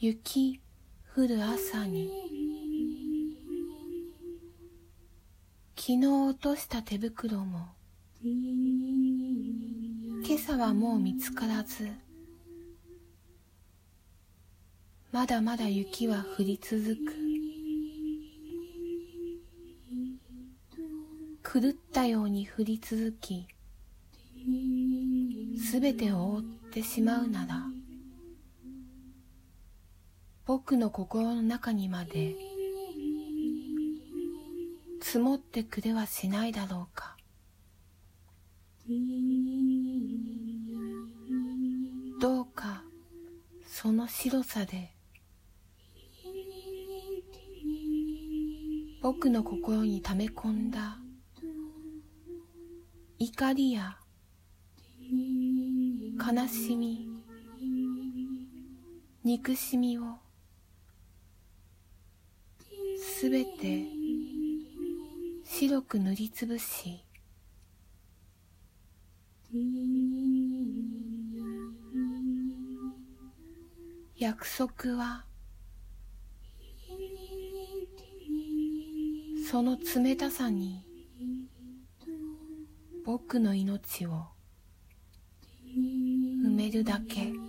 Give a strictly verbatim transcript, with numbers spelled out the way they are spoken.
雪降る朝に、昨日落とした手袋も今朝はもう見つからず、まだまだ雪は降り続く。狂ったように降り続き、すべてを覆ってしまうなら、僕の心の中にまで積もってくれはしないだろうか。どうかその白さで僕の心に溜め込んだ怒りや悲しみ、憎しみをすべて白く塗りつぶし、約束はその冷たさに僕の命を埋めるだけ。